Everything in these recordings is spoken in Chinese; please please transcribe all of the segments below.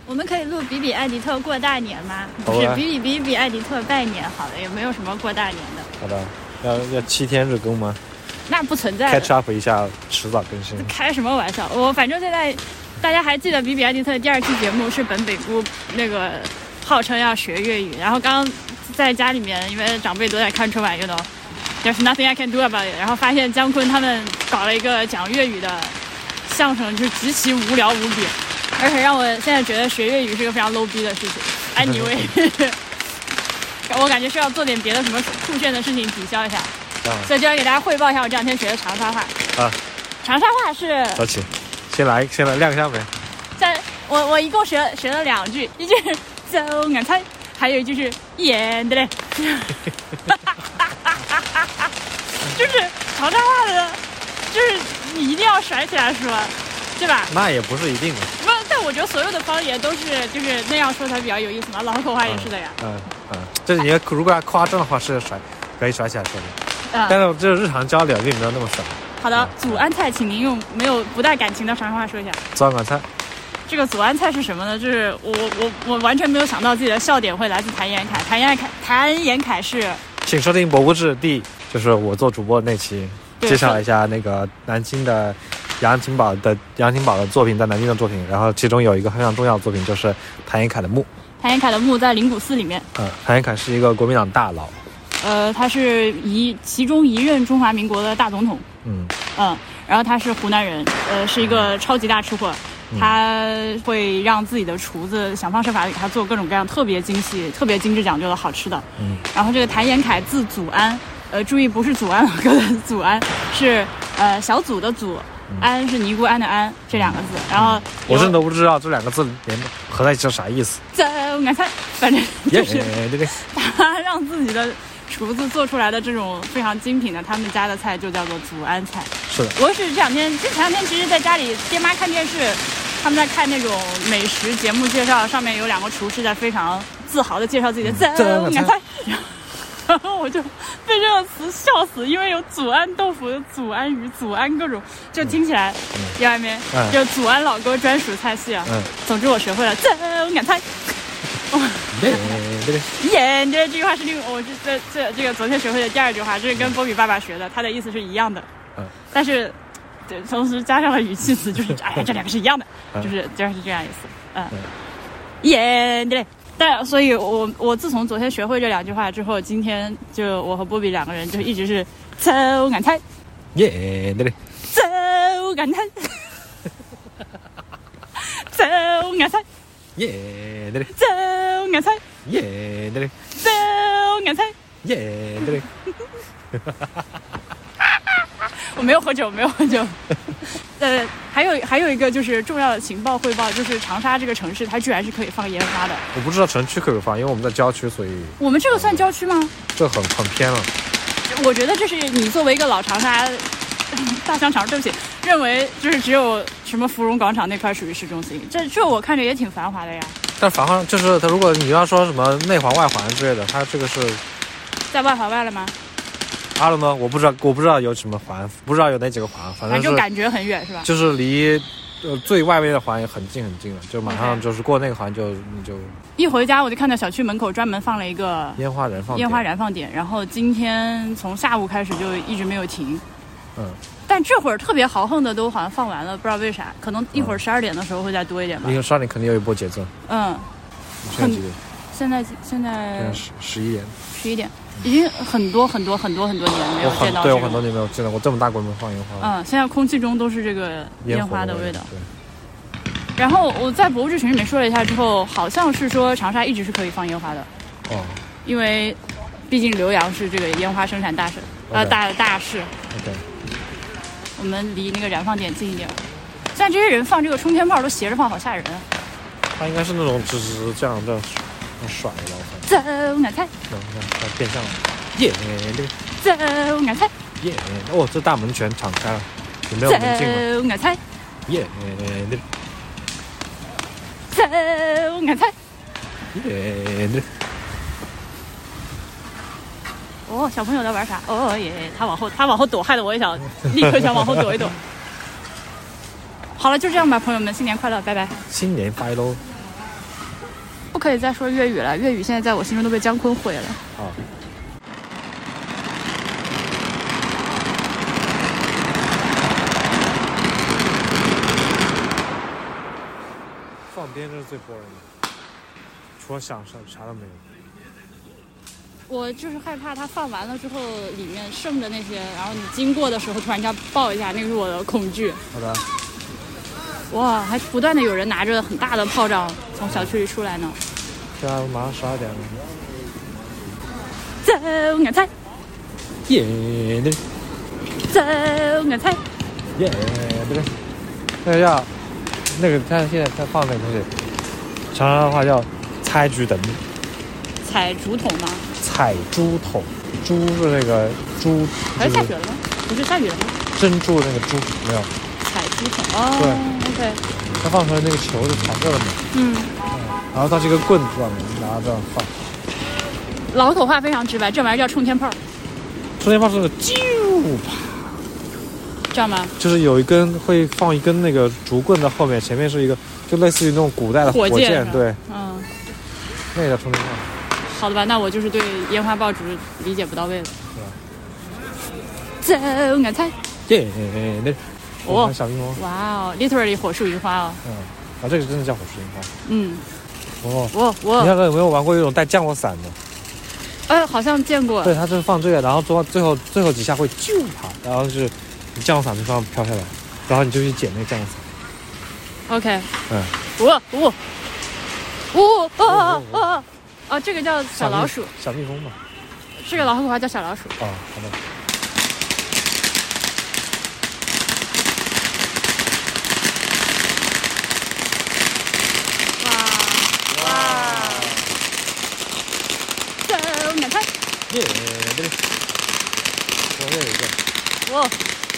我们可以录比比艾迪特过大年吗？不是，比比艾迪特拜年好了，有没有什么过大年的？ 好的，要7天日更吗？ 那不存在。 catch up 一下，迟早更新。 开什么玩笑？我反正现在，大家还记得比比艾迪特第2期节目是本北姑那个号称要学粤语，然后刚在家里面，因为长辈都在看春晚，you know，there's nothing I can do about it， 然后发现姜昆他们搞了一个讲粤语的相声，就是极其无聊无比。而且让我现在觉得学粤语是个非常 low 逼的事情。Anyway， 我感觉是要做点别的什么酷炫的事情抵消一下。所以就要给大家汇报一下我这2天学的长沙话。长沙话是。走起， 先来亮一下呗。 我一共学了2句，一句是走俺猜，还有一句是演的嘞。就是长沙话的，就是你一定要甩起来说，对吧？ 那也不是一定的。 不，但我觉得所有的方言都是就是那样说才比较有意思嘛。老口话也是的呀。 就是你如果要夸张的话是可以甩起来说的。但是这日常交流并没有那么甩。 好的，祖安菜，请您用不带感情的长沙话说一下。 祖安菜。 这个祖安菜是什么呢？就是我完全没有想到自己的笑点会来自谭延闿。谭延闿是， 请收听博物志就是我做主播的那期，介绍一下那个南京的杨廷宝的作品，在南京的作品，然后其中有一个非常重要的作品就是谭延闿的墓。谭延闿的墓在灵谷寺里面。谭延闿是一个国民党大佬。 他是其中一任中华民国的大总统。然后他是湖南人，是一个超级大吃货。他会让自己的厨子想方设法给他做各种各样特别精细、特别精致讲究的好吃的。然后这个谭延闿字祖安，注意不是祖安老哥的祖安，是小祖的祖，安是尼姑庵的安，这2个字。然后我真的都不知道这2个字连合在一起是啥意思。 俺猜，反正就是他让自己的厨子做出来的这种非常精品的他们家的菜就叫做祖安菜。 是的。 我是前2天其实在家里爹妈看电视，他们在看那种美食节目介绍，上面有2个厨师在非常自豪的介绍自己的祖安菜，然后我就被这个词笑死，因为有祖安豆腐、祖安鱼、祖安各种，就听起来第2面就祖安老哥专属菜系啊。总之我学会了祖安菜。这句话是我是这个昨天学会的第2句话，这是跟波比爸爸学的，他的意思是一样的。但是对，同时加上了语气词，就是这2个是一样的，就是这样意思。但所以我自从昨天学会这2句话之后，今天就我和波比2个人就一直是走俺猜，走俺猜，走俺猜。走俺猜，走俺猜，我没有喝酒。还有一个就是重要的情报汇报，就是长沙这个城市它居然是可以放烟花的。 我不知道城区可以放，因为我们在郊区，所以我们这个算郊区吗？ 这很偏了。 我觉得这是你作为一个老长沙大香肠，对不起，认为就是只有什么芙蓉广场那块属于市中心，这我看着也挺繁华的呀。 但繁华就是它，如果你要说什么内环外环之类的，它这个是在外环外了吗？ 了吗？我不知道有什么环，不知道有哪几个环，反正就感觉很远是吧？ 就是离最外围的环也很近了，就马上就是过那个环你就一回家我就看到小区门口专门放了一个烟花燃放点， 然后今天从下午开始就一直没有停。但这会儿特别豪横的都好像放完了，不知道为啥，可能一会儿12点的时候会再多一点吧。 因为12点肯定有一波节奏。现在几点？现在11点，已经很多年没有见到。对，我很多年没有见到过这么大规模放烟花。 现在空气中都是这个烟花的味道。对。然后我在博物志群里面说了一下之后，好像是说长沙一直是可以放烟花的。因为毕竟浏阳是这个烟花生产大省，大市。我们离那个燃放点近一点。现在这些人放这个冲天炮都斜着放，好吓人啊！ 他应该是那种只是这样甩的。 走俺猜， 他变相了。 走俺猜， 这大门全敞开了，有没有门禁吗？ 走俺猜，走俺猜。小朋友在玩啥？他往后躲，害得我也想立刻想往后躲一躲。好了，就这样吧，朋友们，新年快乐，拜拜！ 新年快乐。 不可以再说粤语了，粤语现在在我心中都被姜昆毁了。 好。放鞭这是最 boring 的，除了想啥都没有。 我就是害怕它放完了之后里面剩的那些，然后你经过的时候突然间爆一下，那个是我的恐惧。 好的。 哇，还不断的有人拿着很大的炮仗从小区里出来呢。 对啊，马上12点了。 走，俺猜。 耶的。 走，俺猜。 耶的。那个叫那个，他现在在放那个东西，长沙的话叫猜猪灯。 踩竹筒吗？ 踩猪筒，猪是那个猪。 还是下雪了吗？不是下雨了吗？ 珍珠那个猪没有。 踩猪筒哦。对 ，OK。 它放出来那个球是彩色的嘛？然后它是一个棍子上面，你拿着这样放。 老口话非常直白，这玩意儿叫冲天炮。 冲天炮是那个啾啪， 这样吗？ 就是有一根会放一根那个竹棍在后面，前面是一个就类似于那种古代的火箭，对，那个叫冲天炮。 好的吧，那我就是对烟花爆竹理解不到位了。 对吧？ 走，俺猜。 耶，那。哦，小蜜蜂。 哇哦 ，literally 火树银花哦。 这个真的叫火树银花。 我。 你看有没有玩过一种带降落伞的？ 好像见过。对， 它就是放这个，然后最后几下会啾啪，然后是你降落伞就这样飘下来，然后你就去捡那个降落伞。 OK。这个叫小老鼠。 小蜜蜂嘛。 这个老口话叫小老鼠。 好的。耶，对，我有一个。 哇！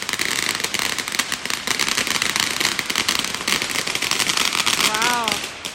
哇哦！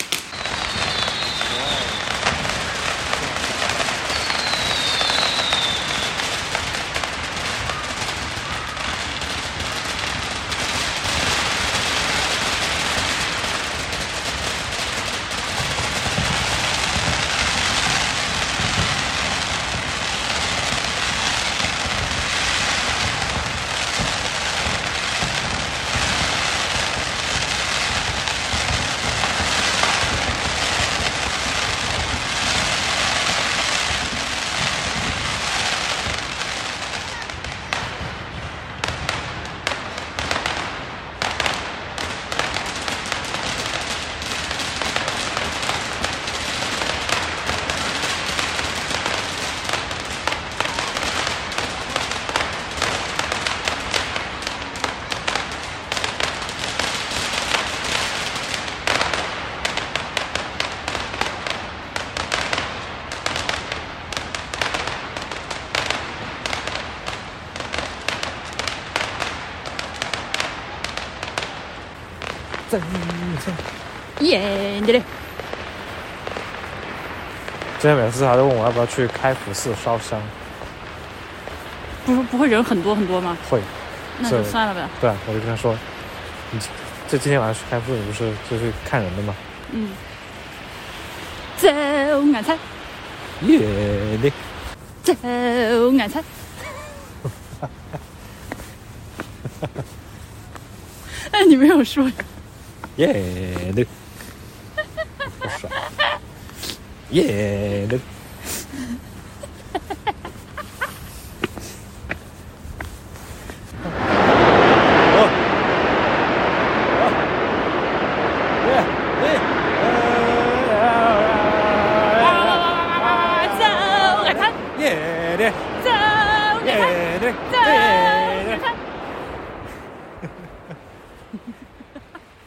耶，对。 之前每次还在问我要不要去开福寺烧香， 不会人很多吗？ 会， 那就算了呗。 对，我就跟他说，你这今天晚上去开福寺，你不是就是看人的吗？ 走，俺猜。 耶的。 走，俺猜。你没有说。 耶的。不爽。耶的。 走，俺猜。 耶的。 走，俺猜。走。